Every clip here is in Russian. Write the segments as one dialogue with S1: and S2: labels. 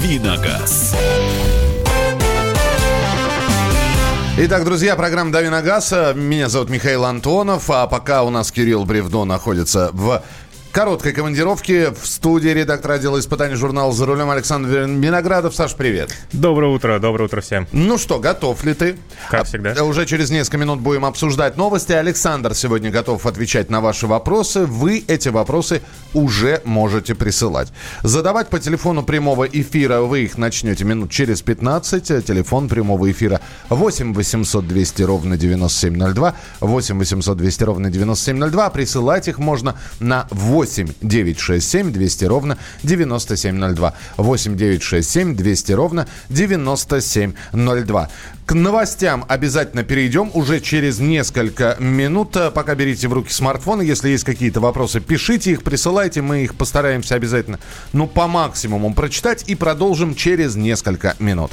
S1: «Давиногаз».
S2: Итак, друзья, программа «Дави на газ». Меня зовут Михаил Антонов, а пока у нас Кирилл Бревдо находится в короткой командировке в студии редактора отдела испытаний журнала «За рулем» Александр Виноградов. Саш, привет.
S3: Доброе утро всем.
S2: Ну что, готов ли ты?
S3: Как всегда.
S2: Уже через несколько минут будем обсуждать новости. Александр сегодня готов отвечать на ваши вопросы. Вы эти вопросы уже можете присылать. Задавать по телефону прямого эфира вы их начнете минут через 15. Телефон прямого эфира 8 800 200 ровно 9702. 8 800 200 ровно 9702. Присылать их можно на 8 967 200 ровно 9702. 8 967 200 ровно 9702. К новостям обязательно перейдем уже через несколько минут. Пока берите в руки смартфоны. Если есть какие-то вопросы, пишите их, присылайте. Мы их постараемся обязательно, по максимуму прочитать. И продолжим через несколько минут.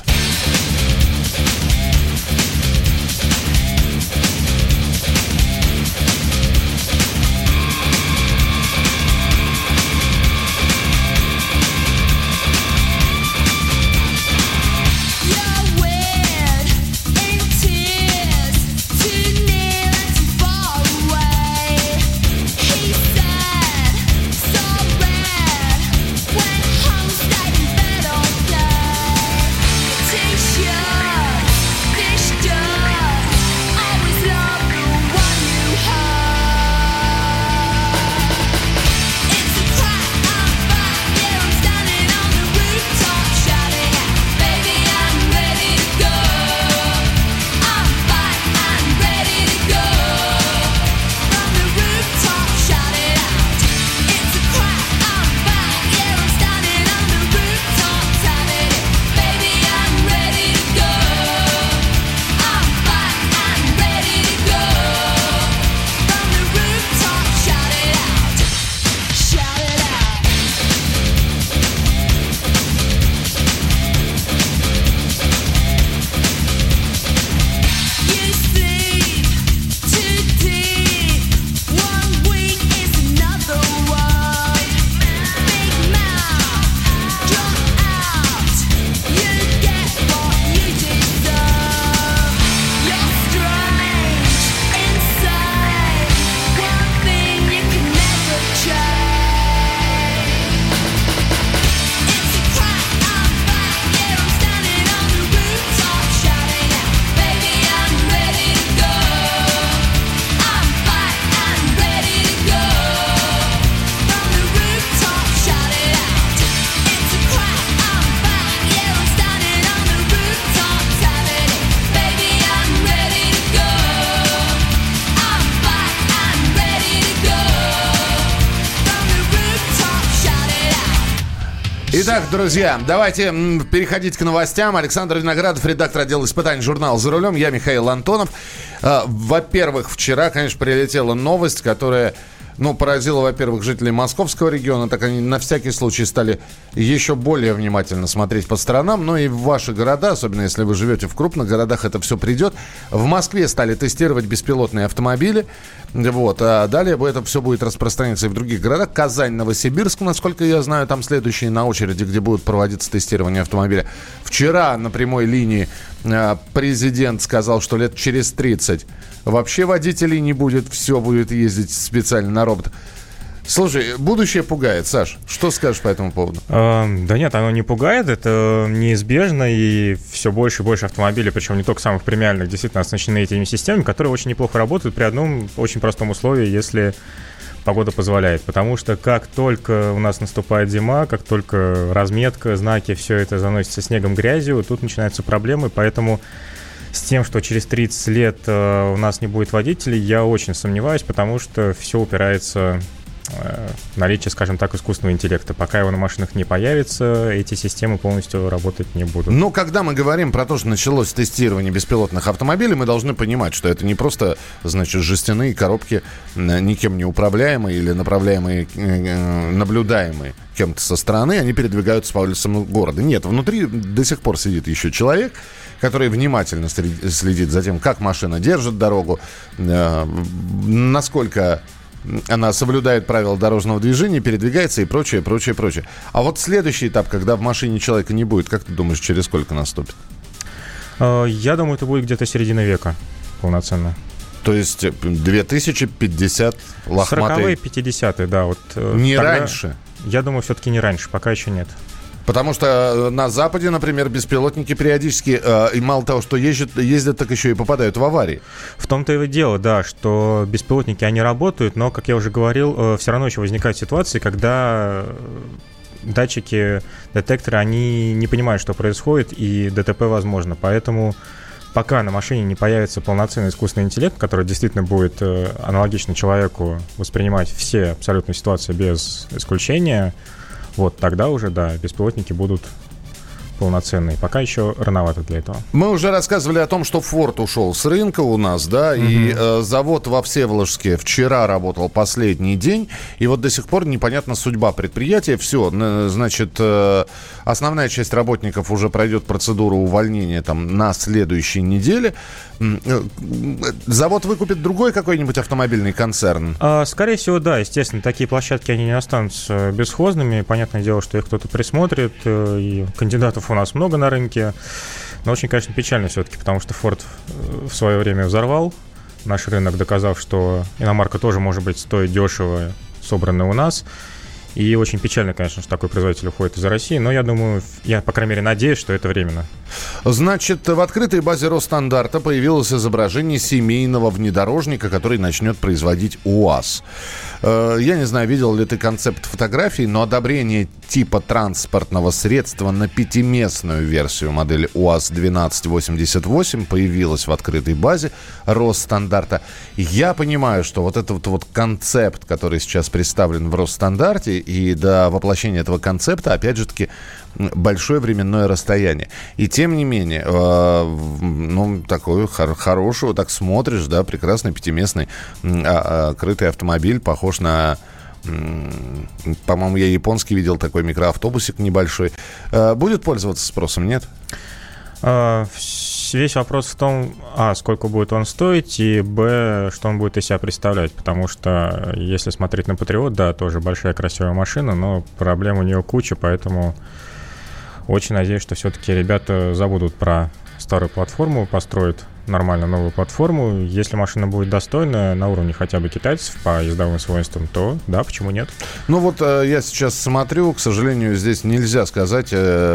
S2: Итак, друзья, давайте переходить к новостям. Александр Виноградов, редактор отдела испытаний журнала «За рулем». Я Михаил Антонов. Во-первых, вчера, конечно, прилетела новость, которая... поразило, во-первых, жителей московского региона. Так они на всякий случай стали еще более внимательно смотреть по сторонам. Но и в ваши города, особенно если вы живете в крупных городах, это все придет. В Москве стали тестировать беспилотные автомобили. А далее это все будет распространяться и в других городах. Казань, Новосибирск, насколько я знаю, там следующие на очереди, где будут проводиться тестирование автомобиля. Вчера на прямой линии президент сказал, что лет через 30 вообще водителей не будет, все будет ездить специально на роботах. Слушай, будущее пугает. Саш, что скажешь по этому поводу?
S3: Да нет, оно не пугает, это неизбежно, и все больше и больше автомобилей, причем не только самых премиальных, действительно оснащены этими системами, которые очень неплохо работают при одном очень простом условии, если погода позволяет. Потому что как только у нас наступает зима, как только разметка, знаки, все это заносится снегом, грязью, тут начинаются проблемы, поэтому... С тем, что через 30 лет у нас не будет водителей, я очень сомневаюсь, потому что все упирается в наличие, скажем так, искусственного интеллекта. Пока его на машинах не появится, эти системы полностью работать не будут.
S2: Когда мы говорим про то, что началось тестирование беспилотных автомобилей, мы должны понимать, что это не просто, жестяные коробки, никем не управляемые или направляемые, наблюдаемые кем-то со стороны, они передвигаются по улицам города. Нет, внутри до сих пор сидит еще человек, который внимательно следит за тем, как машина держит дорогу, насколько она соблюдает правила дорожного движения, передвигается и прочее, прочее, прочее. А вот следующий этап, когда в машине человека не будет, как ты думаешь, через сколько наступит?
S3: Я думаю, это будет где-то середина века полноценно.
S2: То есть 2050 лохматый...
S3: 40-е, 50-е, да. Вот,
S2: не раньше?
S3: Я думаю, все-таки не раньше, пока еще нет.
S2: Потому что на Западе, например, беспилотники периодически, и мало того, что ездят, так еще и попадают в аварии.
S3: В том-то и дело, да, что беспилотники, они работают, но, как я уже говорил, все равно еще возникают ситуации, когда датчики, детекторы, они не понимают, что происходит, и ДТП возможно. Поэтому пока на машине не появится полноценный искусственный интеллект, который действительно будет аналогично человеку воспринимать все абсолютно ситуации без исключения, вот тогда уже, да, беспилотники будут полноценные. Пока еще рановато для этого.
S2: Мы уже рассказывали о том, что Ford ушел с рынка у нас, да, и завод во Всеволожске вчера работал последний день, и вот до сих пор непонятна судьба предприятия. Все, значит, основная часть работников уже пройдет процедуру увольнения там на следующей неделе. Завод выкупит другой какой-нибудь автомобильный концерн?
S3: Скорее всего, да. Естественно, такие площадки, они не останутся бесхозными. Понятное дело, что их кто-то присмотрит, и кандидатов у нас много на рынке. Но очень, конечно, печально все-таки, потому что Ford в свое время взорвал наш рынок, доказав, что иномарка тоже может быть стоить дешево, собранная у нас. И очень печально, конечно, что такой производитель уходит из России, но я думаю, я, по крайней мере, надеюсь, что это временно.
S2: Значит, в открытой базе Росстандарта появилось изображение семейного внедорожника, который начнет производить УАЗ. Я не знаю, видел ли ты концепт фотографий, но одобрение типа транспортного средства на пятиместную версию модели УАЗ-1288 появилось в открытой базе Росстандарта. Я понимаю, что вот этот вот концепт, который сейчас представлен в Росстандарте, и до воплощения этого концепта, опять же таки, большое временное расстояние. И тем не менее, ну, такой хороший, так смотришь, да, прекрасный пятиместный крытый автомобиль, похож на, по-моему, я японский видел такой микроавтобусик небольшой. Будет пользоваться спросом, нет?
S3: Весь вопрос в том, сколько будет он стоить, и, что он будет из себя представлять. Потому что, если смотреть на Патриот, да, тоже большая красивая машина, но проблем у нее куча, поэтому очень надеюсь, что все-таки ребята забудут про старую платформу, построят нормально новую платформу. Если машина будет достойная, на уровне хотя бы китайцев по ездовым свойствам, то да, почему нет?
S2: Ну вот я сейчас смотрю, к сожалению, здесь нельзя сказать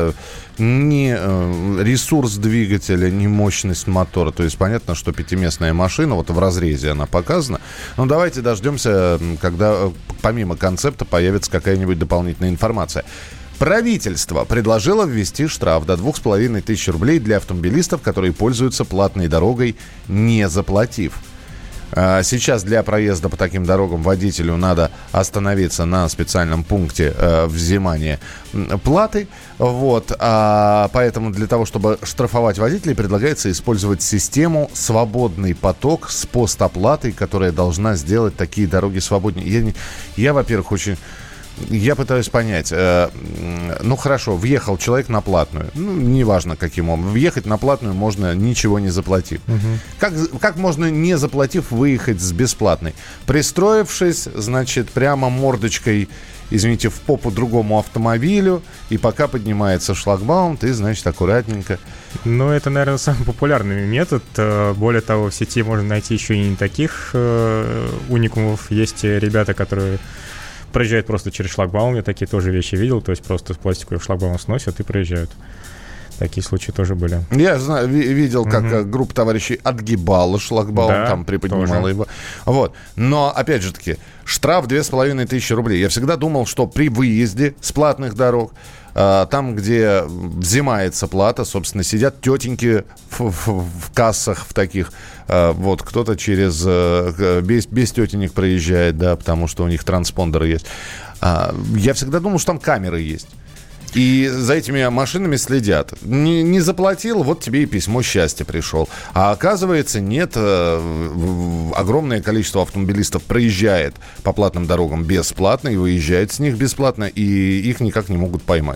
S2: ни ресурс двигателя, ни мощность мотора. То есть понятно, что пятиместная машина, вот в разрезе она показана. Но давайте дождемся, когда помимо концепта появится какая-нибудь дополнительная информация. Правительство предложило ввести штраф до 2500 рублей для автомобилистов, которые пользуются платной дорогой, не заплатив. Сейчас для проезда по таким дорогам водителю надо остановиться на специальном пункте взимания платы. Вот. Поэтому для того, чтобы штрафовать водителей, предлагается использовать систему «Свободный поток» с постоплатой, которая должна сделать такие дороги свободнее. Я во-первых, Я пытаюсь понять, ну хорошо, въехал человек на платную, ну неважно каким образом, въехать на платную можно, ничего не заплатив. Как можно, не заплатив, выехать с бесплатной? Пристроившись, значит, прямо мордочкой, извините, в попу другому автомобилю, и пока поднимается шлагбаум, ты, значит, аккуратненько.
S3: Ну, это, наверное, самый популярный метод. Более того, в сети можно найти еще и не таких уникумов. Есть ребята, которые проезжают просто через шлагбаум. Я такие тоже вещи видел. То есть просто пластиковый шлагбаум сносят и проезжают. Такие случаи тоже были.
S2: Я знаю, видел, как группа товарищей отгибала шлагбаум, да, там приподнимала тоже его. Вот. Но, опять же таки, штраф 2500 рублей. Я всегда думал, что при выезде с платных дорог, там, где взимается плата, собственно, сидят тетеньки в кассах в таких. Вот, кто-то без тетенек проезжает, да, потому что у них транспондеры есть. Я всегда думал, что там камеры есть. И за этими машинами следят. Не заплатил, вот тебе и письмо счастья пришел. А оказывается, нет. Огромное количество автомобилистов проезжает по платным дорогам бесплатно и выезжает с них бесплатно, и их никак не могут поймать.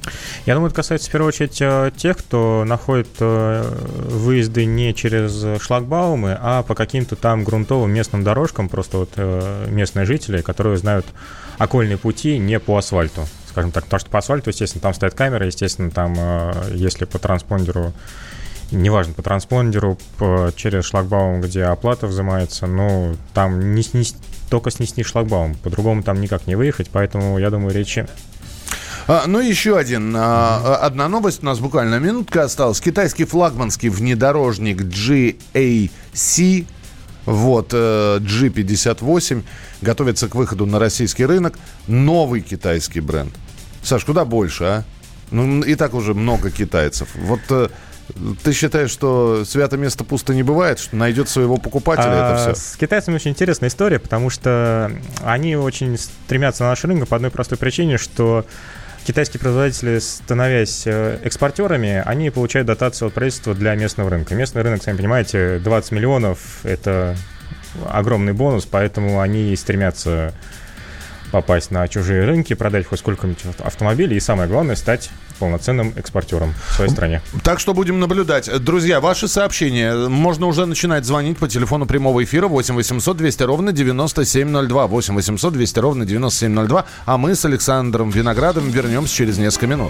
S3: Я думаю, это касается в первую очередь тех, кто находит выезды не через шлагбаумы, а по каким-то там грунтовым местным дорожкам, просто вот местные жители, которые знают окольные пути не по асфальту, скажем так. Потому что по асфальту, естественно, там стоят камеры, естественно, там, если по транспондеру, неважно, по транспондеру, через шлагбаум, где оплата взимается, ну, там только снести шлагбаум, по-другому там никак не выехать, поэтому, я думаю, речи...
S2: Ну, еще одна новость, у нас буквально минутка осталась. Китайский флагманский внедорожник GAC, вот, G58, готовится к выходу на российский рынок. Новый китайский бренд. Саш, куда больше, а? Ну, и так уже много китайцев. Вот ты считаешь, что свято место пусто не бывает, что найдет своего покупателя это все?
S3: С китайцами очень интересная история, потому что они очень стремятся на наш рынок по одной простой причине, что китайские производители, становясь экспортерами, они получают дотацию от правительства для местного рынка. Местный рынок, сами понимаете, 20 миллионов – это огромный бонус, поэтому они стремятся попасть на чужие рынки, продать хоть сколько-нибудь автомобилей и, самое главное, стать полноценным экспортером в своей стране.
S2: Так что будем наблюдать. Друзья, ваши сообщения можно уже начинать звонить по телефону прямого эфира 8 800 200 ровно 9702. 8 800 200 ровно 9702. А мы с Александром Виноградовым вернемся через несколько минут.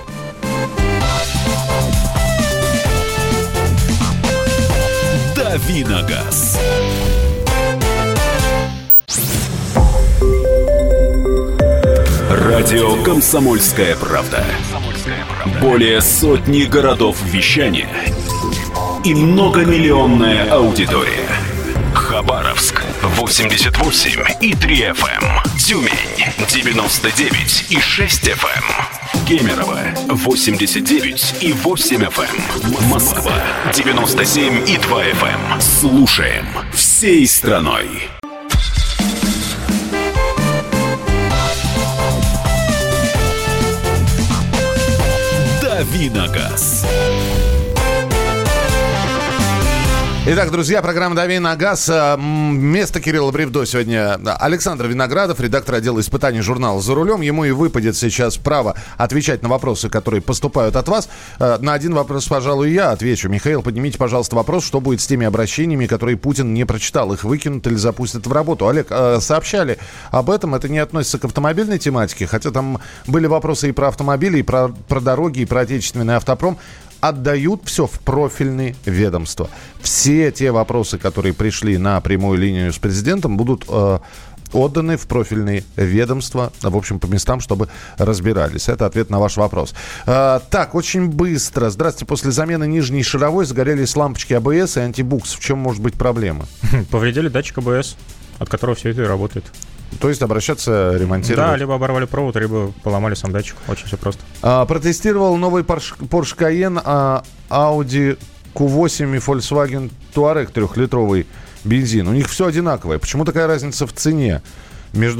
S1: Давиногаз. Радио «Комсомольская правда». Более сотни городов вещания и многомиллионная аудитория. Хабаровск 88 и 3 FM. Тюмень 99 и 6 FM. Кемерово 89 и 8 FM. Москва 97 и 2 FM. Слушаем всей страной. Давиногаз.
S2: Итак, друзья, программа «Дави на газ». Вместо Кирилла Бревдо сегодня Александр Виноградов, редактор отдела испытаний журнала «За рулем». Ему и выпадет сейчас право отвечать на вопросы, которые поступают от вас. На один вопрос, пожалуй, я отвечу. Михаил, поднимите, пожалуйста, вопрос, что будет с теми обращениями, которые Путин не прочитал. Их выкинут или запустят в работу? Олег, сообщали об этом. Это не относится к автомобильной тематике, хотя там были вопросы и про автомобили, и про дороги, и про отечественный автопром. Отдают все в профильные ведомства. Все те вопросы, которые пришли на прямую линию с президентом, будут отданы в профильные ведомства, в общем, по местам, чтобы разбирались. Это ответ на ваш вопрос. Так, очень быстро. Здравствуйте. После замены нижней шаровой загорелись лампочки АБС и антибукс. В чем может быть проблема?
S3: Повредили датчик АБС, от которого все это и работает.
S2: То есть обращаться, ремонтировать?
S3: Да, либо оборвали провод, либо поломали сам датчик. Очень все просто.
S2: Протестировал новый Porsche Cayenne, Audi Q8 и Volkswagen Touareg 3-литровый бензин. У них все одинаковое. Почему такая разница в цене? Между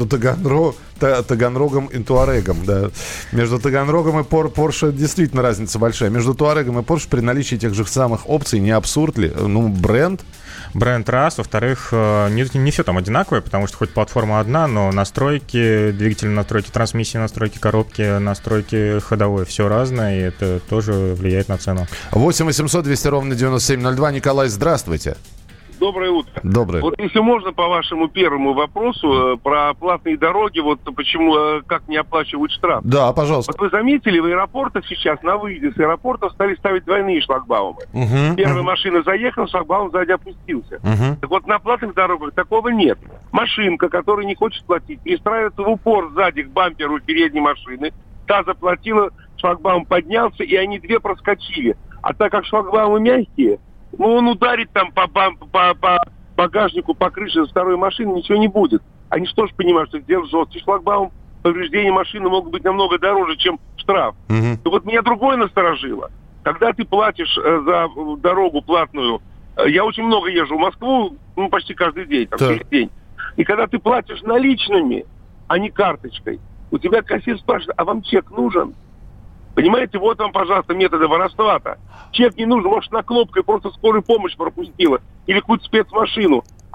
S2: Таганрогом и Туарегом, да. Между Таганрогом и Porsche действительно разница большая. Между Туарегом и Porsche при наличии тех же самых опций не абсурд ли? Ну, бренд
S3: раз. Во-вторых, не все там одинаковое, потому что хоть платформа одна, но настройки, двигатель настройки, трансмиссии настройки, коробки, настройки ходовой, все разное, и это тоже влияет на цену.
S2: 8 800 200 ровно 9702. Николай, здравствуйте.
S4: Доброе утро.
S2: Доброе.
S4: Вот если можно, по вашему первому вопросу про платные дороги, вот почему, как не оплачивают штраф.
S2: Да, пожалуйста.
S4: Вот вы заметили, в аэропортах сейчас, на выезде с аэропортов стали ставить двойные шлагбаумы. Первая машина заехала, шлагбаум сзади опустился. Так вот, на платных дорогах такого нет. Машинка, которая не хочет платить, перестраивается в упор сзади к бамперу передней машины. Та заплатила, шлагбаум поднялся, и они две проскочили. А так как шлагбаумы мягкие, ну, он ударит там по багажнику, по крыше второй машины, ничего не будет. Они что ж понимают, что сделать жесткий шлагбаум, повреждения машины могут быть намного дороже, чем штраф. И вот меня другое насторожило. Когда ты платишь за дорогу платную, я очень много езжу в Москву, ну, почти каждый день, там, через день. И когда ты платишь наличными, а не карточкой, у тебя кассир спрашивает, а вам чек нужен? Понимаете, вот вам, пожалуйста, методы воровства-то. Чек не нужен, может, на кнопкой просто скорую помощь пропустила или какую-то спецмашину.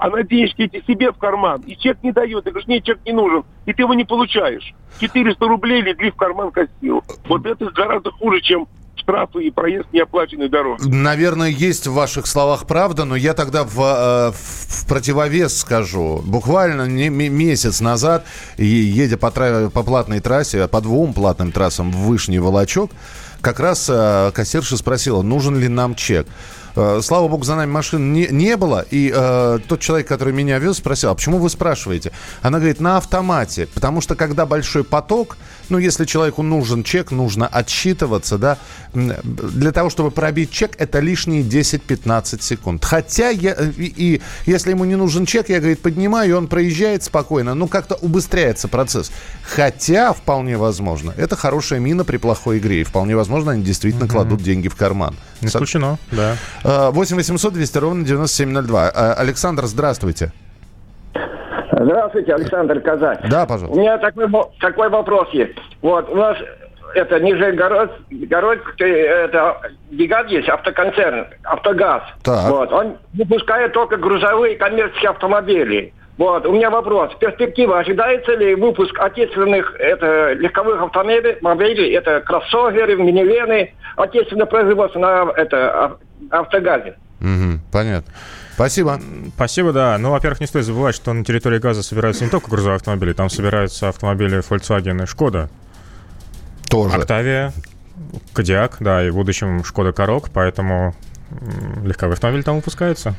S4: она денежки эти себе в карман, и чек не дает. Ты говоришь, нет, чек не нужен, и ты его не получаешь. 400 рублей легли в карман кассиру. Вот это гораздо хуже, чем штрафы и проезд неоплаченной дороги.
S2: Наверное, есть в ваших словах правда, но я тогда в противовес скажу. Буквально месяц назад, едя по платной трассе, по 2 платным трассам в Вышний Волочок, как раз кассирша спросила, нужен ли нам чек. Слава богу, за нами машин не было. И тот человек, который меня вез, спросил, а почему вы спрашиваете? Она говорит, на автомате. Потому что, когда большой поток, ну, если человеку нужен чек, нужно отсчитываться, да. Для того, чтобы пробить чек, это лишние 10-15 секунд. Хотя, если ему не нужен чек, я, говорит, поднимаю, и он проезжает спокойно. Ну, как-то убыстряется процесс. Хотя, вполне возможно, это хорошая мина при плохой игре. И вполне возможно, они действительно кладут деньги в карман.
S3: Не исключено, да.
S2: 8 800 200 ровно 9702. Александр, здравствуйте.
S5: Здравствуйте, Александр, Казань.
S2: Да, пожалуйста.
S5: У меня такой вопрос есть. Вот, у нас это Нижегородск, это гигант есть, автоконцерн, Автогаз.
S2: Так.
S5: Вот, он выпускает только грузовые коммерческие автомобили. Вот, у меня вопрос. Перспектива, ожидается ли выпуск отечественных легковых автомобилей, это кроссоверы, минивены, отечественное производство на Автогазе?
S2: Понятно. Спасибо.
S3: Спасибо, да. Ну, во-первых, не стоит забывать, что на территории Газа собираются не только грузовые автомобили, там собираются автомобили Volkswagen и Шкода.
S2: Тоже.
S3: Октавия, Кодиак, да, и в будущем Шкода Корок, поэтому легковые автомобили там выпускаются.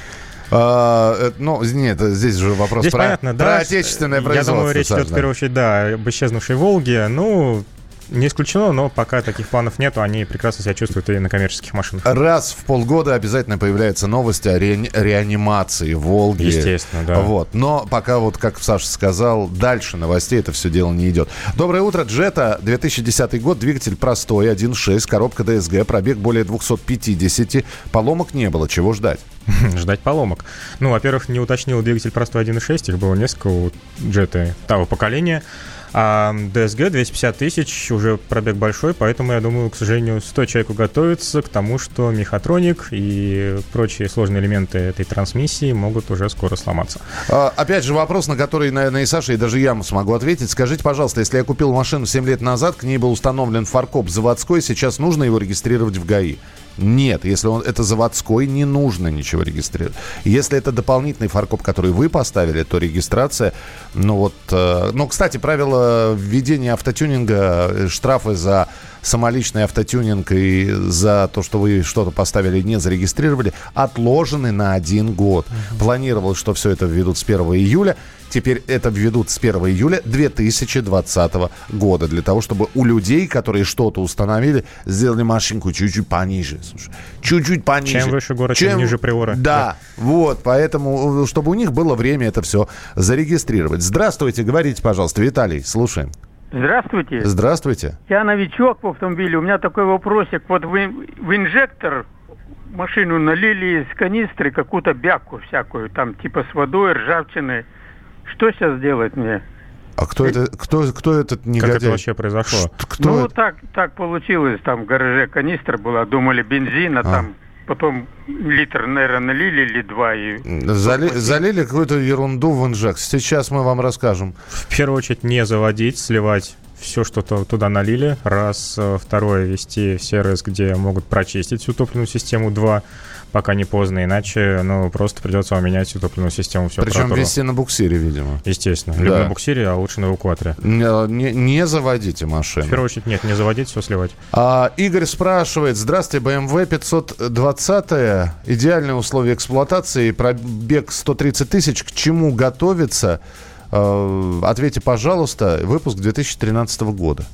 S2: Ну, нет, здесь же вопрос
S3: здесь
S2: про,
S3: понятно,
S2: про
S3: да,
S2: отечественное производство.
S3: Я думаю, речь идет в первую очередь, да, об исчезнувшей «Волге». Ну, не исключено, но пока таких планов нету, они прекрасно себя чувствуют и на коммерческих машинах.
S2: Раз в полгода обязательно появляются новости о реанимации «Волги».
S3: Естественно, да.
S2: Вот. Но пока, вот как Саша сказал, дальше новостей это все дело не идет. Доброе утро. Джета, 2010 год, двигатель простой, 1.6, коробка ДСГ, пробег более 250, поломок не было, чего ждать?
S3: Ждать поломок. Ну, во-первых, не уточнил двигатель простой 1.6, их было несколько у Джеты того поколения. А ДСГ 250 тысяч, уже пробег большой, поэтому, я думаю, к сожалению, стоит человеку готовиться к тому, что мехатроник и прочие сложные элементы этой трансмиссии могут уже скоро сломаться.
S2: Опять же, вопрос, на который, наверное, и Саша, и даже я смогу ответить. Скажите, пожалуйста, если я купил машину 7 лет назад, к ней был установлен фаркоп заводской, сейчас нужно его регистрировать в ГАИ? Нет, если это заводской, не нужно ничего регистрировать. Если это дополнительный фаркоп, который вы поставили, то регистрация, кстати, правила введения автотюнинга, штрафы за самоличный автотюнинг и за то, что вы что-то поставили, не зарегистрировали, отложены на 1 год. Планировалось, что все это введут с 1 июля. Теперь это введут с 1 июля 2020 года. Для того, чтобы у людей, которые что-то установили, сделали машинку чуть-чуть пониже. Слушай, чуть-чуть пониже.
S3: Чем выше город, тем ниже приора.
S2: Да, вот. Поэтому, чтобы у них было время это все зарегистрировать. Здравствуйте, говорите, пожалуйста. Виталий, слушаем.
S6: Здравствуйте.
S2: Здравствуйте.
S6: Я новичок в автомобиле. У меня такой вопросик. Вот вы в инжектор машину налили из канистры какую-то бяку всякую, там типа с водой, ржавчиной. Что сейчас делать мне?
S2: А кто этот негодяй?
S3: Как это вообще произошло?
S6: Так получилось. Там в гараже канистра была. Думали бензин, там потом литр, наверное, налили или 2. И...
S2: Залили какую-то ерунду в инжект. Сейчас мы вам расскажем.
S3: В первую очередь не заводить, сливать все, что туда налили. Раз. Второе, вести сервис, где могут прочистить всю топливную систему. 2. Пока не поздно, иначе просто придется вам менять всю топливную систему.
S2: Причем вести на буксире, видимо.
S3: Естественно. Либо на буксире, а лучше на эвакуаторе.
S2: Не заводите машину.
S3: В первую очередь нет, не заводить, все сливать.
S2: Игорь спрашивает. Здравствуйте, BMW 520. Идеальные условия эксплуатации, пробег 130 тысяч. К чему готовиться? Ответьте, пожалуйста. Выпуск 2013 года.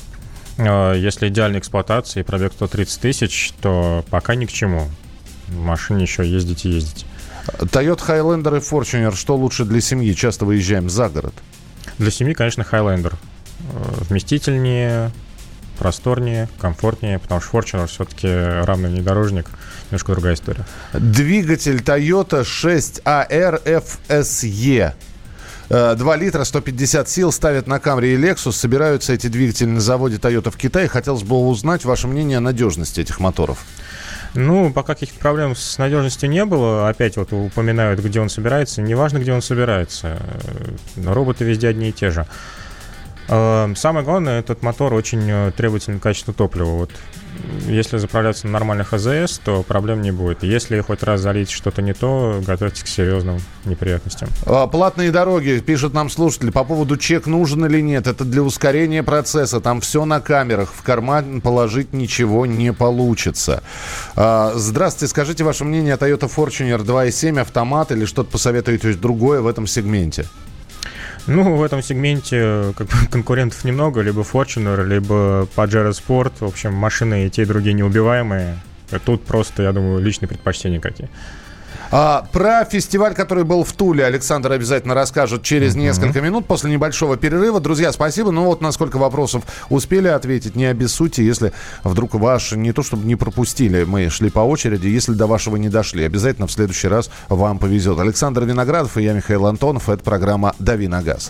S3: Если идеальная эксплуатация и пробег 130 тысяч, то пока ни к чему. В машине еще ездить и ездить.
S2: Toyota Highlander и Fortuner. Что лучше для семьи? Часто выезжаем за город.
S3: Для семьи, конечно, Highlander. Вместительнее, просторнее, комфортнее, потому что Fortuner все-таки равный внедорожник. Немножко другая история.
S2: Двигатель Toyota 6AR FSE. 2 литра, 150 сил, ставят на Camry и Lexus. Собираются эти двигатели на заводе Toyota в Китае. Хотелось бы узнать ваше мнение о надежности этих моторов.
S3: Ну, пока каких-то проблем с надежностью не было. Опять вот упоминают, где он собирается. Неважно, где он собирается. Роботы везде одни и те же. Самое главное, этот мотор очень требователен к качеству топлива. Вот если заправляться на нормальных АЗС, то проблем не будет. Если хоть раз залить что-то не то, готовьтесь к серьезным неприятностям.
S2: Платные дороги, пишет нам слушатель, по поводу чек нужен или нет. Это для ускорения процесса. Там все на камерах. В карман положить ничего не получится. Здравствуйте, скажите ваше мнение о Toyota Fortuner 2.7 автомат или что-то посоветуете другое в этом сегменте?
S3: Ну, в этом сегменте конкурентов немного. Либо Fortuner, либо Pajero Sport. В общем, машины и те, и другие неубиваемые. Тут просто, я думаю, личные предпочтения какие.
S2: Про фестиваль, который был в Туле, Александр обязательно расскажет через несколько минут после небольшого перерыва. Друзья, спасибо. Ну вот насколько вопросов успели ответить. Не обессудьте, если вдруг ваш, не то чтобы не пропустили, мы шли по очереди, если до вашего не дошли. Обязательно в следующий раз вам повезет. Александр Виноградов и я, Михаил Антонов. Это программа «Дави на газ».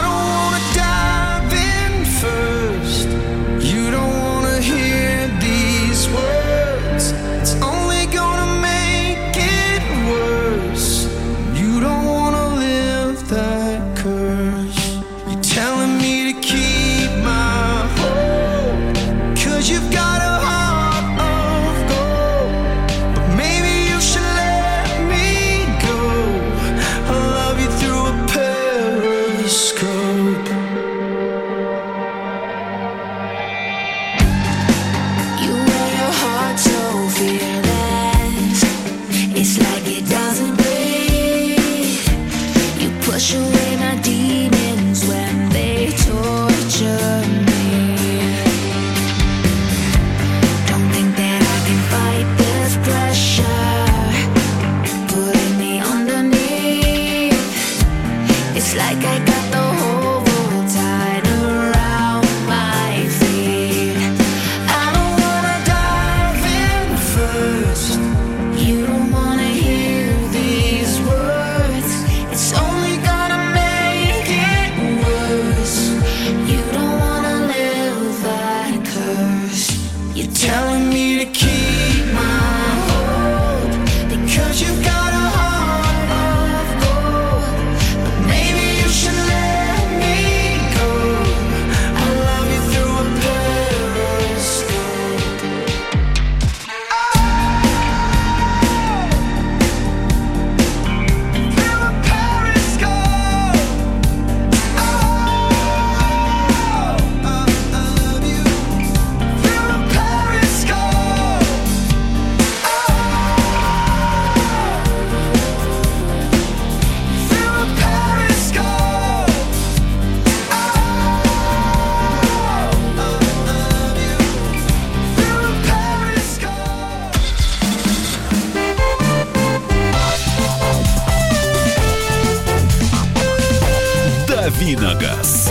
S1: Виногаз.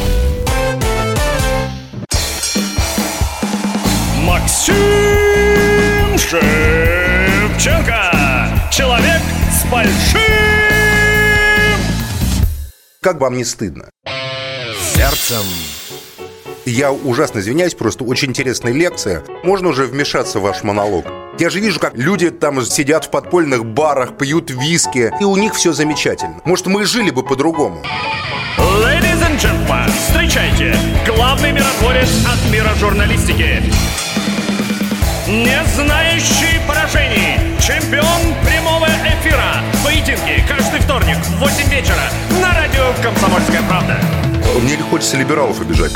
S7: Максим Шевченко. Человек с большим...
S8: Как вам не стыдно?
S2: Сердцем.
S8: Я ужасно извиняюсь, просто очень интересная лекция. Можно уже вмешаться в ваш монолог? Я же вижу, как люди там сидят в подпольных барах, пьют виски, и у них все замечательно. Может, мы жили бы по-другому?
S7: Ladies and gentlemen, встречайте, главный миротворец от мира журналистики. Не знающий поражений, чемпион прямого эфира. Поединки каждый вторник в 8 вечера на радио «Комсомольская правда».
S8: Мне не хочется либералов обижать.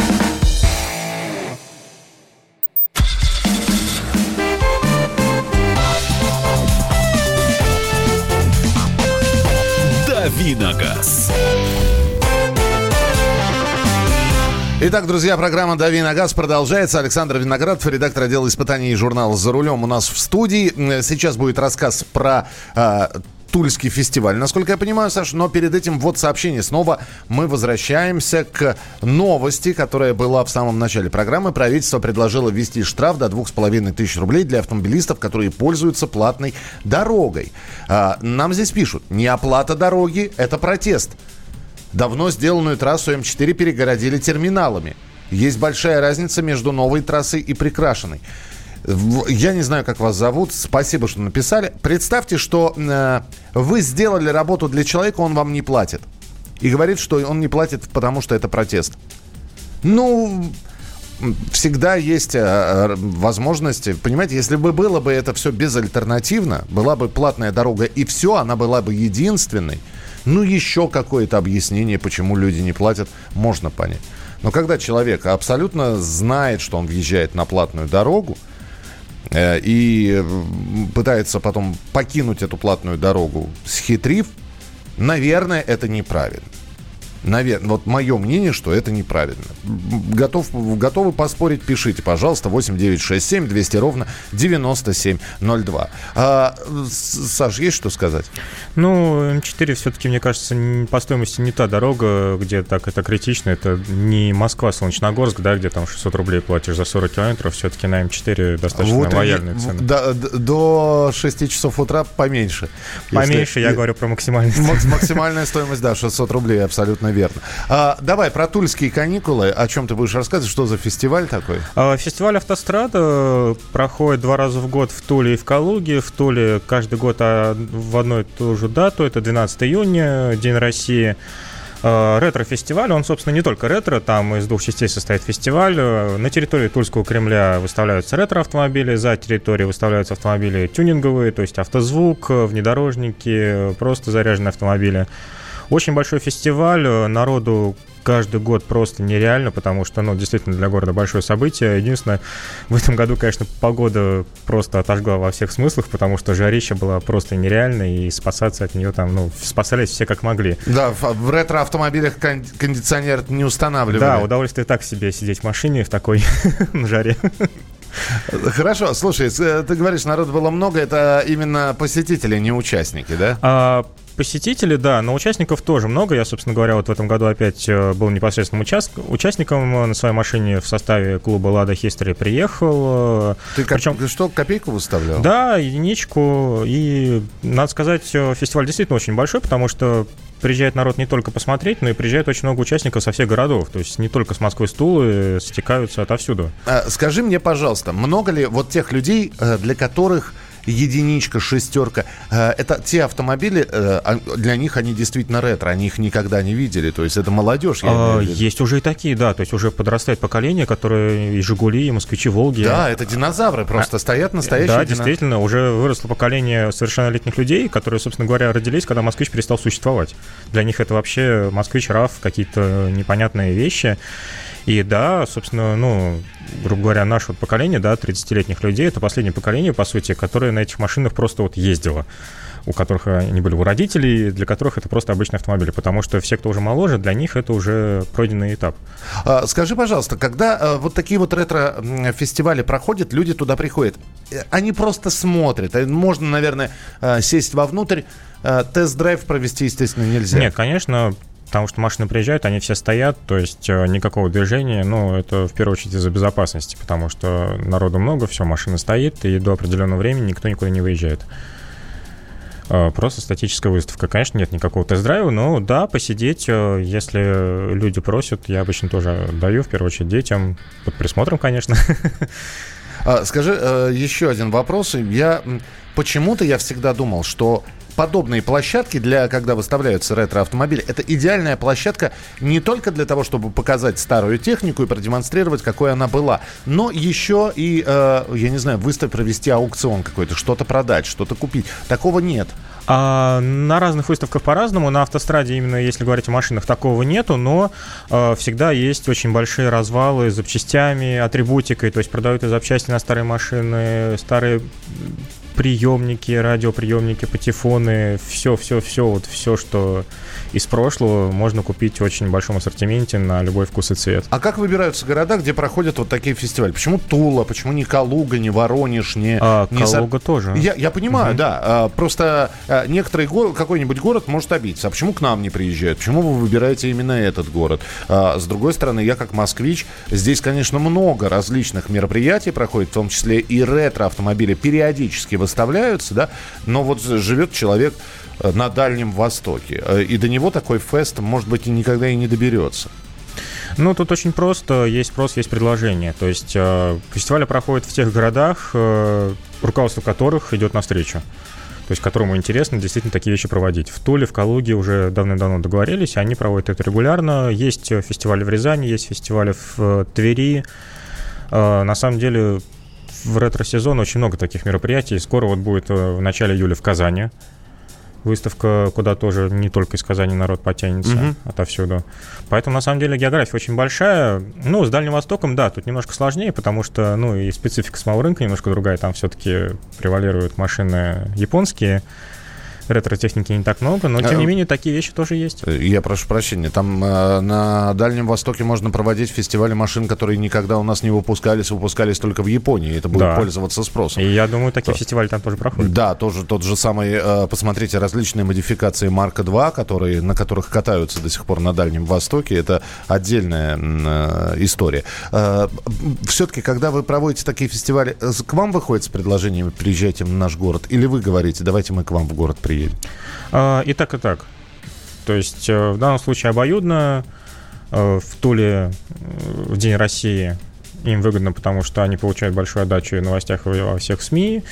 S1: «Дави на газ».
S2: Итак, друзья, программа «Дави на газ» продолжается. Александр Виноградов, редактор отдела испытаний журнала «За рулем» у нас в студии. Сейчас будет рассказ про Тульский фестиваль, насколько я понимаю, Саш. Но перед этим вот сообщение. Снова мы возвращаемся к новости, которая была в самом начале программы. Правительство предложило ввести штраф до 2500 рублей для автомобилистов, которые пользуются платной дорогой. Нам здесь пишут, не оплата дороги, это протест. Давно сделанную трассу М4 перегородили терминалами. Есть большая разница между новой трассой и прикрашенной. Я не знаю, как вас зовут. Спасибо, что написали. Представьте, что вы сделали работу для человека, он вам не платит. И говорит, что он не платит, потому что это протест. Ну, всегда есть возможности. Понимаете, если бы было бы это все безальтернативно, была бы платная дорога и все, она была бы единственной, ну, еще какое-то объяснение, почему люди не платят, можно понять. Но когда человек абсолютно знает, что он въезжает на платную дорогу, и пытается потом покинуть эту платную дорогу, схитрив, наверное, это неправильно. Наверное, вот мое мнение, что это неправильно. Готовы поспорить, пишите, пожалуйста, 8967 200 ровно 9702. Саш, есть что сказать?
S3: Ну, М4 все-таки, мне кажется, по стоимости не та дорога, где так это критично. Это не Москва-Солнечногорск, да, где там 600 рублей платишь за 40 километров. Все-таки на М4 достаточно лояльная цена.
S2: До 6 часов утра поменьше.
S3: Поменьше, я говорю про максимальную цену.
S2: Максимальная стоимость, да, 600 рублей, абсолютно верно. Давай про тульские каникулы. О чем ты будешь рассказывать? Что за фестиваль такой?
S3: Фестиваль «Автострада» проходит 2 раза в год в Туле и в Калуге. В Туле каждый год в одну и ту же дату. Это 12 июня, День России. Ретро-фестиваль, он, собственно, не только ретро, там из 2 частей состоит фестиваль. На территории Тульского Кремля выставляются ретро-автомобили, за территорией выставляются автомобили тюнинговые, то есть автозвук, внедорожники, просто заряженные автомобили. Очень большой фестиваль, народу каждый год просто нереально, потому что, ну, действительно, для города большое событие. Единственное, в этом году, конечно, погода просто отожгла во всех смыслах, потому что жарища была просто нереальной, и спасаться от нее там, ну, спасались все как могли.
S2: Да, в ретро-автомобилях кондиционер не устанавливали.
S3: Да, удовольствие так себе сидеть в машине в такой жаре.
S2: Хорошо, слушай, ты говоришь, народу было много, это именно посетители, не участники, да?
S3: Посетители, да, но участников тоже много. Я, собственно говоря, вот в этом году опять был непосредственным участником на своей машине в составе клуба «Лада History» приехал.
S2: Ты что, копейку выставлял?
S3: Да, единичку. И, надо сказать, фестиваль действительно очень большой, потому что приезжает народ не только посмотреть, но и приезжает очень много участников со всех городов. То есть не только с Москвы, с Тулы, стекаются отовсюду.
S2: Скажи мне, пожалуйста, много ли вот тех людей, для которых единичка, шестерка, это те автомобили, для них они действительно ретро, они их никогда не видели, то есть это молодежь.
S3: Есть уже и такие, да, то есть уже подрастает поколение, которые и «Жигули», и «Москвичи», «Волги».
S2: Да, это динозавры, просто стоят настоящие.
S3: Да, действительно, уже выросло поколение совершеннолетних людей, которые, собственно говоря, родились, когда «Москвич» перестал существовать. Для них это вообще «Москвич», «РАВ», какие-то непонятные вещи. И да, собственно, ну, грубо говоря, наше вот поколение, да, 30-летних людей, это последнее поколение, по сути, которое на этих машинах просто вот ездило, у которых они были у родителей, для которых это просто обычные автомобили, потому что все, кто уже моложе, для них это уже пройденный этап.
S2: Скажи, пожалуйста, когда вот такие вот ретро-фестивали проходят, люди туда приходят, они просто смотрят, можно, наверное, сесть вовнутрь, тест-драйв провести, естественно, нельзя.
S3: Нет, конечно, потому что машины приезжают, они все стоят, то есть никакого движения, ну, это в первую очередь из-за безопасности, потому что народу много, все, машина стоит, и до определенного времени никто никуда не выезжает. Просто статическая выставка. Конечно, нет никакого тест-драйва, но да, посидеть, если люди просят, я обычно тоже даю, в первую очередь, детям, под присмотром, конечно.
S2: Скажи, еще один вопрос. Почему-то я всегда думал, что подобные площадки, когда выставляются ретро-автомобили, это идеальная площадка не только для того, чтобы показать старую технику и продемонстрировать, какой она была, но еще и, я не знаю, провести аукцион какой-то, что-то продать, что-то купить. Такого нет.
S3: На разных выставках по-разному. На «Автостраде», именно если говорить о машинах, такого нету, но всегда есть очень большие развалы с запчастями, атрибутикой, то есть продают и запчасти на старые машины, старые приемники, радиоприемники, патефоны, все, что из прошлого можно купить в очень большом ассортименте на любой вкус и цвет.
S2: А как выбираются города, где проходят вот такие фестивали? Почему Тула, почему не Калуга, не Воронеж, не
S3: Калуга тоже.
S2: Я понимаю, да. Просто какой-нибудь город может обидеться. А почему к нам не приезжают? Почему вы выбираете именно этот город? С другой стороны, я как москвич, здесь, конечно, много различных мероприятий проходит, в том числе и ретро-автомобили периодически выставляются, да, но вот живет человек на Дальнем Востоке, и до него такой фест, может быть, и никогда и не доберется.
S3: Ну, тут очень просто. Есть спрос, есть предложение. То есть фестивали проходят в тех городах, руководство которых идет навстречу. То есть которому интересно действительно такие вещи проводить. В Туле, в Калуге уже давно договорились, они проводят это регулярно. Есть фестивали в Рязани, есть фестивали в Твери. На самом деле в ретро-сезон очень много таких мероприятий. Скоро вот будет в начале июля в Казани выставка, куда тоже не только из Казани народ потянется, отовсюду. Поэтому, на самом деле, география очень большая. Ну, с Дальним Востоком, да, тут немножко сложнее, потому что, ну, и специфика самого рынка немножко другая. Там все-таки превалируют машины японские. Ретро-техники не так много, но, тем не менее, такие вещи тоже есть.
S2: Я прошу прощения. Там на Дальнем Востоке можно проводить фестивали машин, которые никогда у нас не выпускались только в Японии. Это будет пользоваться спросом.
S3: И я думаю, такие фестивали там тоже проходят.
S2: Да, тоже тот же самый, посмотрите, различные модификации Марка II, на которых катаются до сих пор на Дальнем Востоке. Это отдельная история. Все-таки, когда вы проводите такие фестивали, к вам выходит с предложениями «приезжайте в наш город», или вы говорите «давайте мы к вам в город приедем»?
S3: И так, и так. То есть в данном случае обоюдно. В Туле в День России им выгодно, потому что они получают большую отдачу в новостях и во всех СМИ.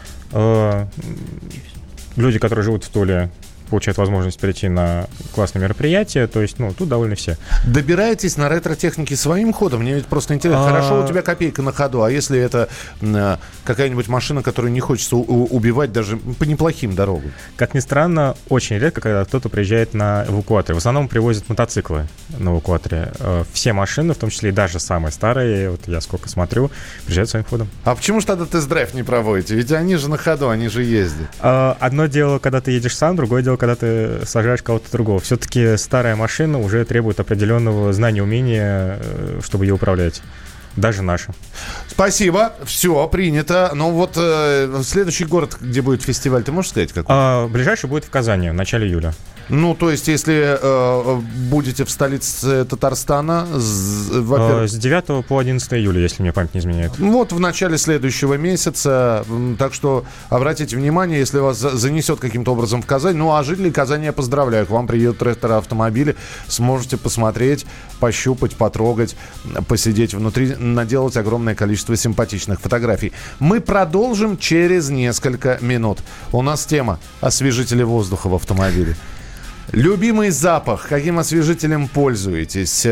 S3: Люди, которые живут в Туле, получают возможность перейти на классное мероприятие. То есть, ну, тут довольны все.
S2: Добираетесь на ретро-технике своим ходом? Мне ведь просто интересно. Хорошо, у тебя копейка на ходу, а если это какая-нибудь машина, которую не хочется убивать даже по неплохим дорогам?
S3: Как ни странно, очень редко, когда кто-то приезжает на эвакуаторе. В основном привозят мотоциклы на эвакуаторе. Все машины, в том числе и даже самые старые, вот я сколько смотрю, приезжают своим ходом.
S2: А почему же тогда тест-драйв не проводите? Ведь они же на ходу, они же ездят.
S3: Одно дело, когда ты едешь сам, другое дело, когда ты сажаешь кого-то другого. Все-таки старая машина уже требует определенного знания, умения, чтобы ее управлять. Даже наша.
S2: Спасибо. Все, принято. Ну вот следующий город, где будет фестиваль, ты можешь сказать какой?
S3: Ближайший будет в Казани в начале июля.
S2: Ну, то есть, если будете в столице Татарстана,
S3: с 9 по 11 июля, если мне память не изменяет.
S2: Вот в начале следующего месяца. Так что обратите внимание, если вас занесет каким-то образом в Казань. Ну, а жителей Казани я поздравляю. К вам приедут ретро-автомобили. Сможете посмотреть, пощупать, потрогать, посидеть внутри, наделать огромное количество симпатичных фотографий. Мы продолжим через несколько минут. У нас тема освежители воздуха в автомобиле. Любимый запах, каким освежителем пользуетесь?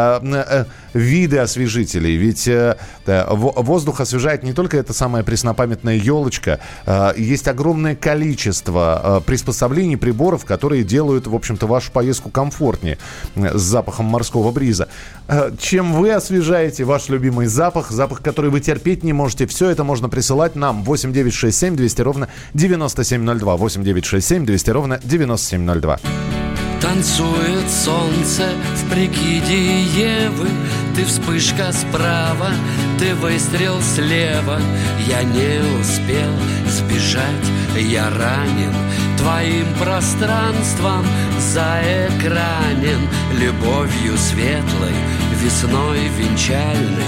S2: Виды освежителей. Ведь воздух освежает не только эта самая преснопамятная елочка. Есть огромное количество приспособлений, приборов, которые делают, в общем-то, вашу поездку комфортнее с запахом морского бриза. Чем вы освежаете ваш любимый запах, который вы терпеть не можете, все это можно присылать нам 8967 200 ровно 9702. 8967 200 ровно 9702.
S9: Танцует солнце в прикиде Евы. Ты вспышка справа, ты выстрел слева. Я не успел сбежать, я ранен твоим пространством заэкранен. Любовью светлой, весной венчальной,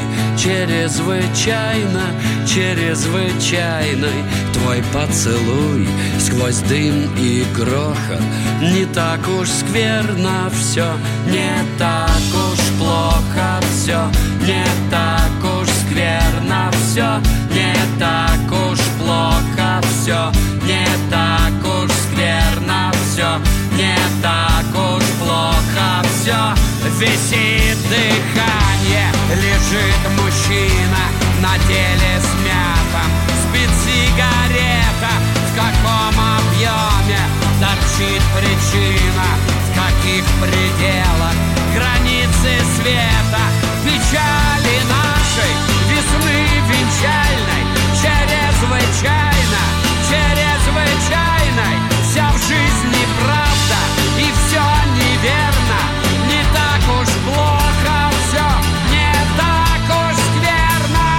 S9: чрезвычайной твой поцелуй сквозь дым и грохот. Не так уж скверно все, не так уж плохо все, не так уж скверно все, не так уж плохо все, не так уж скверно все, не так уж плохо все. Висит дыхание, лежит мужчина на теле смятом, спит сигарета, в каком объеме торчит причина, в каких пределах границы света, печали нашей весны венчальной, чрезвычайной, вся в жизни правда и все неверно, не так уж плохо все, не так уж скверно.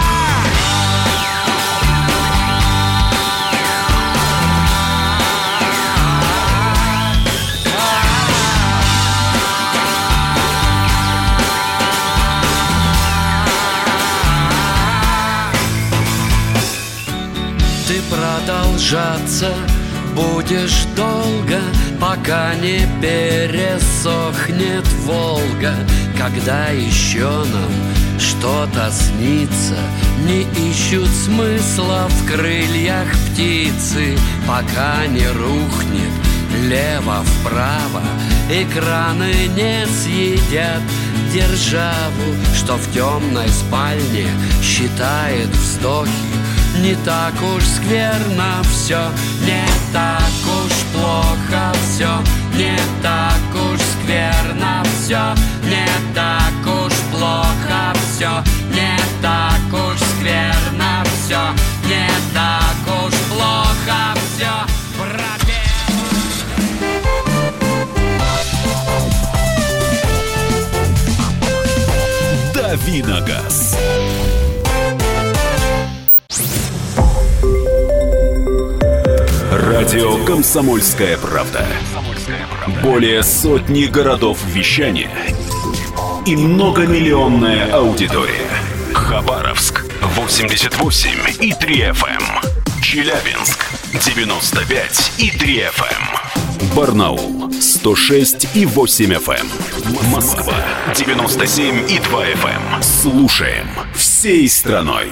S9: Ты продолжаться будешь долго, пока не пересохнет Волга. Когда еще нам что-то снится, не ищут смысла в крыльях птицы, пока не рухнет лево-вправо, экраны не съедят державу, что в темной спальне считает вздохи. Не так уж скверно все, не так уж плохо все, не так уж скверно все, не так уж плохо все, не так уж скверно все, не так уж плохо все.
S1: Дави на газ. Радио «Комсомольская правда». Более сотни городов вещания и многомиллионная аудитория. Хабаровск 88,3 FM. Челябинск 95,3 FM. Барнаул 106,8 FM. Москва 97,2 FM. Слушаем всей страной.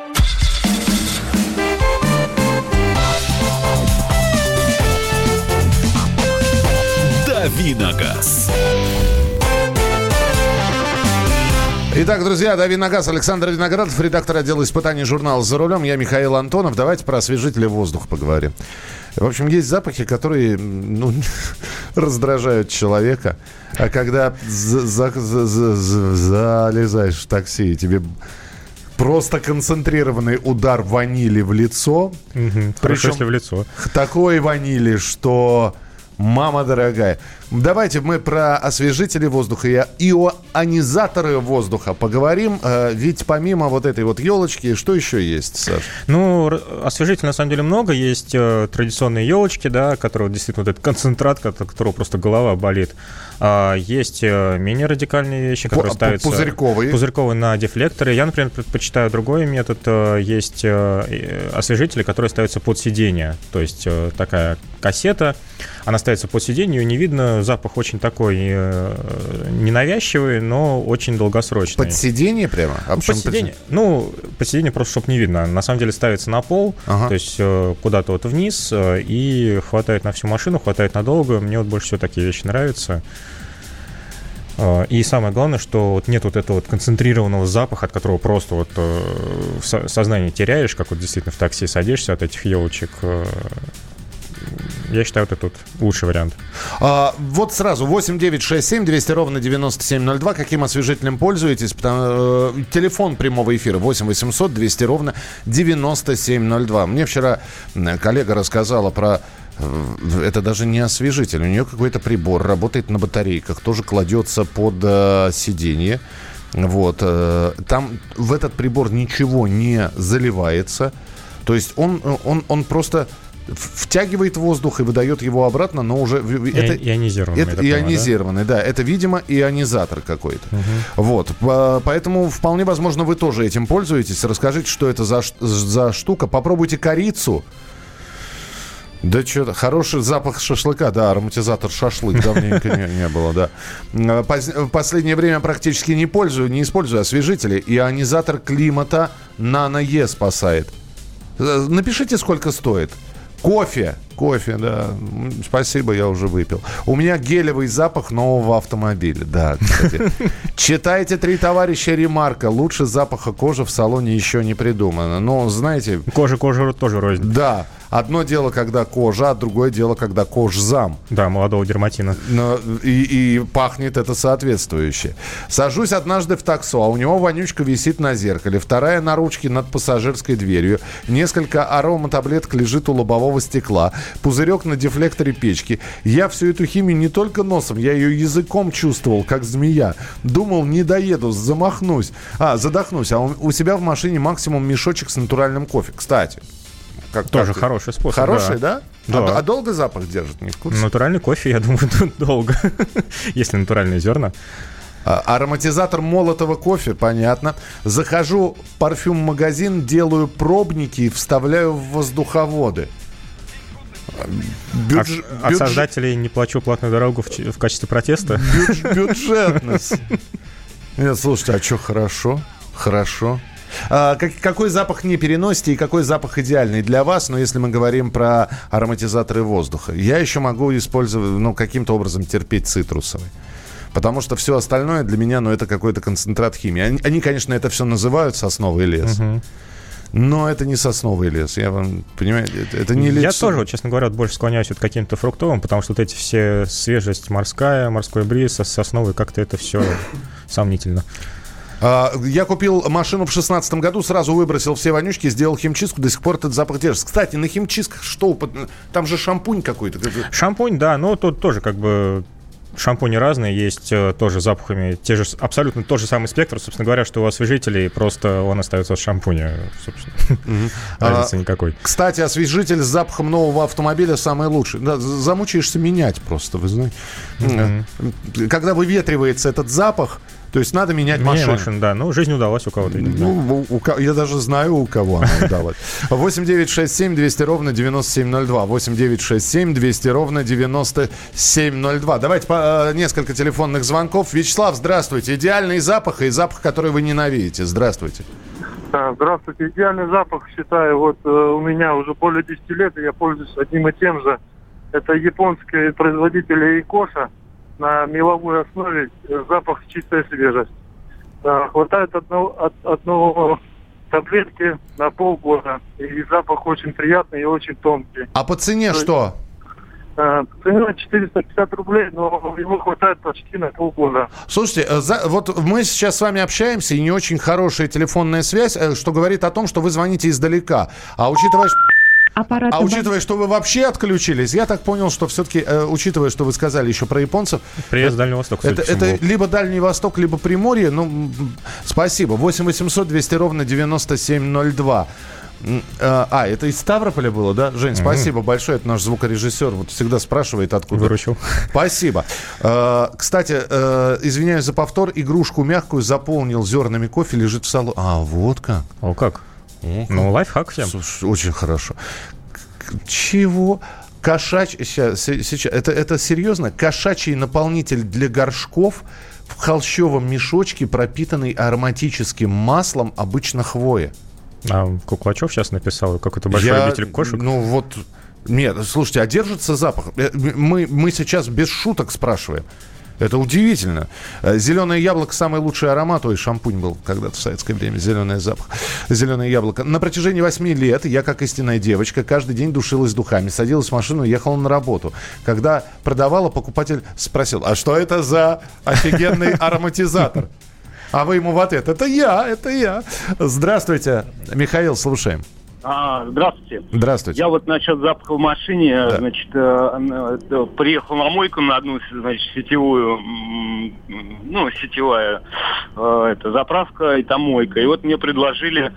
S1: Дави на газ.
S2: Итак, друзья, «Дави на газ». Александр Виноградов, редактор отдела испытаний журнала «За рулем». Я Михаил Антонов. Давайте про освежители воздуха поговорим. В общем, есть запахи, которые раздражают человека. А когда залезаешь в такси, и тебе просто концентрированный удар ванили в лицо.
S3: Хорошо, если в лицо.
S2: Такой ванили, что... Мама дорогая. Давайте мы про освежители воздуха и ионизаторы воздуха поговорим. Ведь помимо вот этой вот елочки, что еще есть, Саш?
S3: Ну, освежителей на самом деле много. Есть традиционные елочки, да, которые действительно вот этот концентрат, от которого просто голова болит. Есть менее радикальные вещи, которые ставятся... Пузырьковые на дефлекторы. Я, например, предпочитаю другой метод. Есть освежители, которые ставятся под сиденье. То есть такая кассета, она ставится под сиденье, ее не видно. Запах очень такой ненавязчивый, но очень долгосрочный.
S2: Под сиденье прямо?
S3: Под сиденье? Ну, под сиденье просто, чтобы не видно. На самом деле ставится на пол, то есть куда-то вот вниз, и хватает на всю машину, хватает надолго. Мне вот больше всего такие вещи нравятся. И самое главное, что вот нет вот этого вот концентрированного запаха, от которого просто вот сознание теряешь, как вот действительно в такси садишься от этих елочек. Я считаю, вот это вот лучший вариант.
S2: Вот сразу 8-967 200 ровно 9702. Каким освежителем пользуетесь? Телефон прямого эфира 8 800 200 ровно 9702. Мне вчера коллега рассказала про... Это даже не освежитель. У нее какой-то прибор, работает на батарейках, тоже кладется под сиденье. Вот. Там в этот прибор ничего не заливается. То есть он просто... втягивает воздух и выдает его обратно, но уже... Это
S3: ионизированный.
S2: Это ионизированный, да? Это, видимо, ионизатор какой-то. Вот. Поэтому вполне возможно, вы тоже этим пользуетесь. Расскажите, что это за штука. Попробуйте корицу. Да что-то, хороший запах шашлыка, да, ароматизатор шашлык давненько не было, да. В последнее время практически не использую освежители. Ионизатор климата Nano-E спасает. Напишите, сколько стоит. Кофе, да. Спасибо, я уже выпил. У меня гелевый запах нового автомобиля. Да, кстати. Читайте «Три товарища Ремарка». Лучше запаха кожи в салоне еще не придумано. Но, знаете...
S3: Кожа тоже рознь.
S2: Да. Одно дело, когда кожа, а другое дело, когда кожзам.
S3: Да, молодого дерматина.
S2: И пахнет это соответствующе. Сажусь однажды в таксо, а у него вонючка висит на зеркале. Вторая на ручке над пассажирской дверью. Несколько ароматаблеток лежит у лобового стекла. Пузырек на дефлекторе печки. Я всю эту химию не только носом, я ее языком чувствовал, как змея. Думал, не доеду, задохнусь. А у себя в машине максимум мешочек с натуральным кофе. Кстати.
S3: Тоже хороший способ.
S2: Хороший, да?
S3: Да.
S2: А долго запах держит? Не в курсе?
S3: Натуральный кофе, я думаю, тут долго. Если натуральные зерна.
S2: Ароматизатор молотого кофе, понятно. Захожу в парфюм-магазин, делаю пробники и вставляю в воздуховоды.
S3: От создателей не плачу платную дорогу в качестве протеста.
S2: Бюджетность. Нет, слушайте, а что, хорошо. Какой запах не переносите и какой запах идеальный для вас? Но если мы говорим про ароматизаторы воздуха, я еще могу использовать, каким-то образом терпеть цитрусовый. Потому что все остальное для меня, это какой-то концентрат химии. Они, конечно, это все называют сосновый лес. Но это не сосновый лес. Я вам, понимаете, это не лес.
S3: Я тоже, честно говоря, больше склоняюсь к каким-то фруктовым, потому что эти все свежесть морская, морской бриз, сосновый, как-то это все сомнительно.
S2: Я купил машину в 2016 году, сразу выбросил все вонючки, сделал химчистку, до сих пор этот запах держится. Кстати, на химчистках что? Там же шампунь какой-то.
S3: Шампунь, да, но тут тоже шампуни разные, есть тоже запахами, абсолютно тот же самый спектр, собственно говоря, что у освежителей, просто он остается от шампуня, собственно. Разницы никакой.
S2: Кстати, освежитель с запахом нового автомобиля самый лучший. Да, замучаешься менять просто, вы знаете. Когда выветривается этот запах, то есть надо менять машину.
S3: Да, жизнь удалась у кого-то.
S2: Я даже знаю, у кого она удалась. 8-967-200-97-02. 8-967-200-97-02. Давайте несколько телефонных звонков. Вячеслав, здравствуйте. Идеальный запах и запах, который вы ненавидите. Здравствуйте.
S10: Здравствуйте. Идеальный запах, считаю, у меня уже более 10 лет, и я пользуюсь одним и тем же. Это японский производитель Икоша. На меловой основе запах чистая свежесть. Хватает одного таблетки на полгода. И запах очень приятный и очень тонкий.
S2: А по цене что?
S10: Цена 450 рублей, но его хватает почти на полгода.
S2: Слушайте, мы сейчас с вами общаемся, и не очень хорошая телефонная связь, что говорит о том, что вы звоните издалека. Учитывая, что вы вообще отключились, я так понял, что все-таки, учитывая, что вы сказали еще про японцев...
S3: Приезд с Дальнего Востока.
S2: Это либо Дальний Восток, либо Приморье. Спасибо. 8-800-200-97-02. Это из Ставрополя было, да? Жень, спасибо большое. Это наш звукорежиссер. Всегда спрашивает, откуда.
S3: Выручил.
S2: Спасибо. Кстати, извиняюсь за повтор. Игрушку мягкую заполнил зернами кофе, лежит в салоне. Вот как?
S3: О, как? Лайфхак всем.
S2: Слушай, очень хорошо. Чего? Это серьезно? Кошачий наполнитель для горшков в холщовом мешочке, пропитанный ароматическим маслом, обычно хвоя.
S3: Куклачев сейчас написал, какой-то большой любитель кошек.
S2: Нет, слушайте, а держится запах? Мы сейчас без шуток спрашиваем. Это удивительно. Зеленое яблоко — самый лучший аромат. Шампунь был когда-то в советское время. Зеленое яблоко. На протяжении 8 лет я, как истинная девочка, каждый день душилась духами. Садилась в машину и ехала на работу. Когда продавала, покупатель спросил: а что это за офигенный ароматизатор? А вы ему в ответ: это я. Здравствуйте, Михаил, слушаем.
S11: Здравствуйте.
S2: Здравствуйте.
S11: Я насчет запаха в машине, приехал на мойку на одну, сетевую, сетевая заправка и там мойка. И мне предложили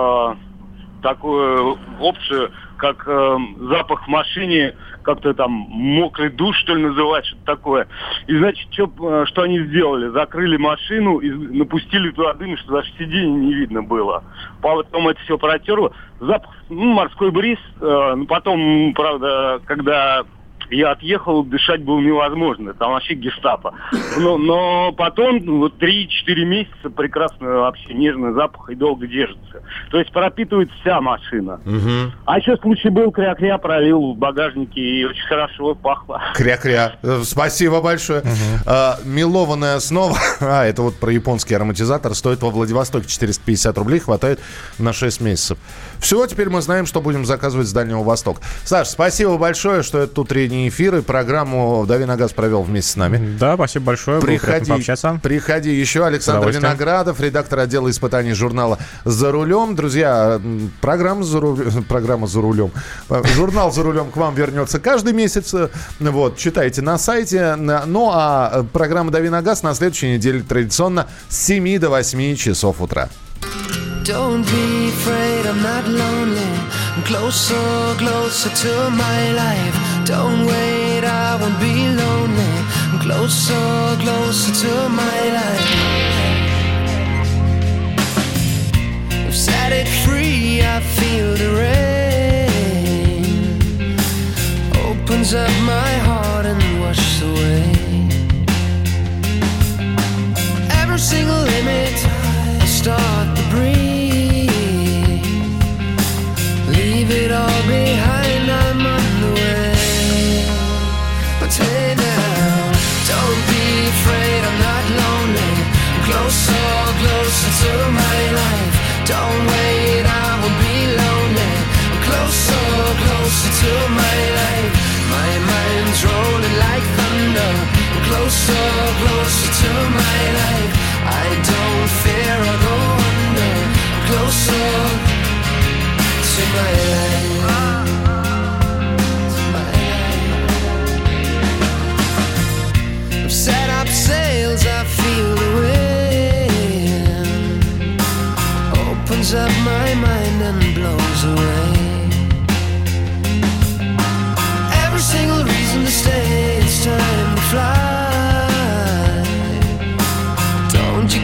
S11: такую опцию, как запах в машине, как-то там мокрый душ, что ли, называют, что-то такое. И, что они сделали? Закрыли машину и напустили туда дым, что даже сиденье не видно было. Потом это все протерло. Запах, морской бриз. Потом, правда, когда я отъехал, дышать было невозможно. Там вообще гестапо. Но потом 3-4 месяца прекрасно вообще нежный запах и долго держится. То есть пропитывает вся машина.
S2: Угу.
S11: А еще случай был, кря-кря пролил в багажнике и очень хорошо пахло.
S2: Кря-кря. Спасибо большое. Угу. Мелованная основа, это про японский ароматизатор, стоит во Владивостоке 450 рублей, хватает на 6 месяцев. Все, теперь мы знаем, что будем заказывать с Дальнего Востока. Саш, спасибо большое, что этот утренний эфир и программу «Дави на газ» провел вместе с нами.
S3: Да, спасибо большое.
S2: Приходи еще. Александр Виноградов, редактор отдела испытаний журнала «За рулем». Друзья, программа «За рулем». Журнал «За рулем» к вам вернется каждый месяц. Читайте на сайте. Ну, а программа «Дави на газ» на следующей неделе традиционно с 7 до 8 часов утра.
S12: Don't be afraid, I'm not lonely. I'm closer, closer to my life. Don't wait, I won't be lonely. I'm closer, closer to my life. I've set it free, I feel the rain.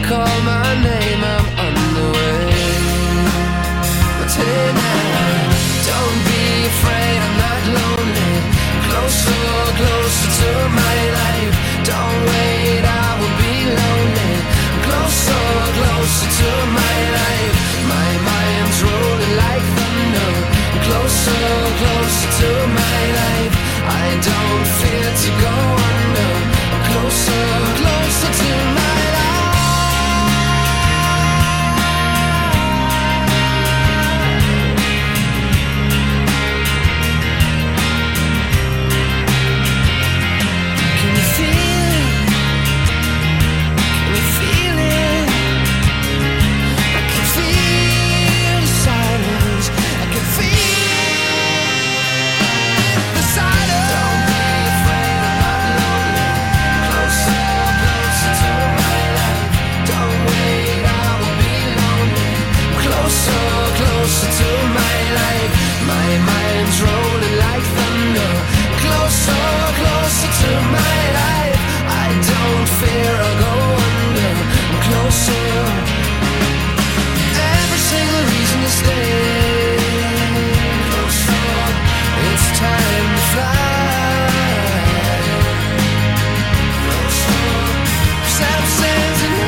S12: call my name, I'm on the way. But hey now, don't be afraid, I'm not lonely. Closer, closer to my life. Don't wait, I will be lonely. Closer, closer to my life. My mind's rolling like thunder. Closer, closer to my life. I don't fear to go under. Closer, closer to my life. Can you feel it? Can you feel it? I can feel the silence. I can feel the silence. Don't be afraid, I'm not lonely. Closer, closer to my life. Don't wait, I will be lonely. Closer, closer to my life. My mind's rolling like thunder. Closer, closer to my life. I don't fear I'll go under. Closer. Every single reason to stay. Closer. It's time to fly. Closer. South sands and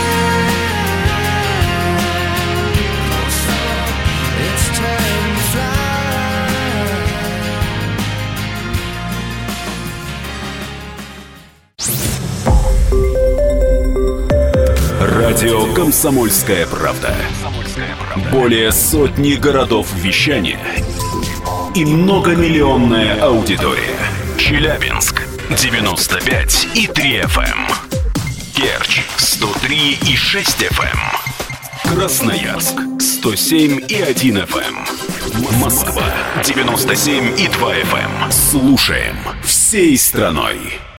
S12: closer. It's time to fly.
S1: Радио «Комсомольская правда». Более сотни городов вещания и многомиллионная аудитория. Челябинск 95,3 FM. Керчь 103,6 FM. Красноярск 107,1 FM. Москва 97,2 FM. Слушаем всей страной.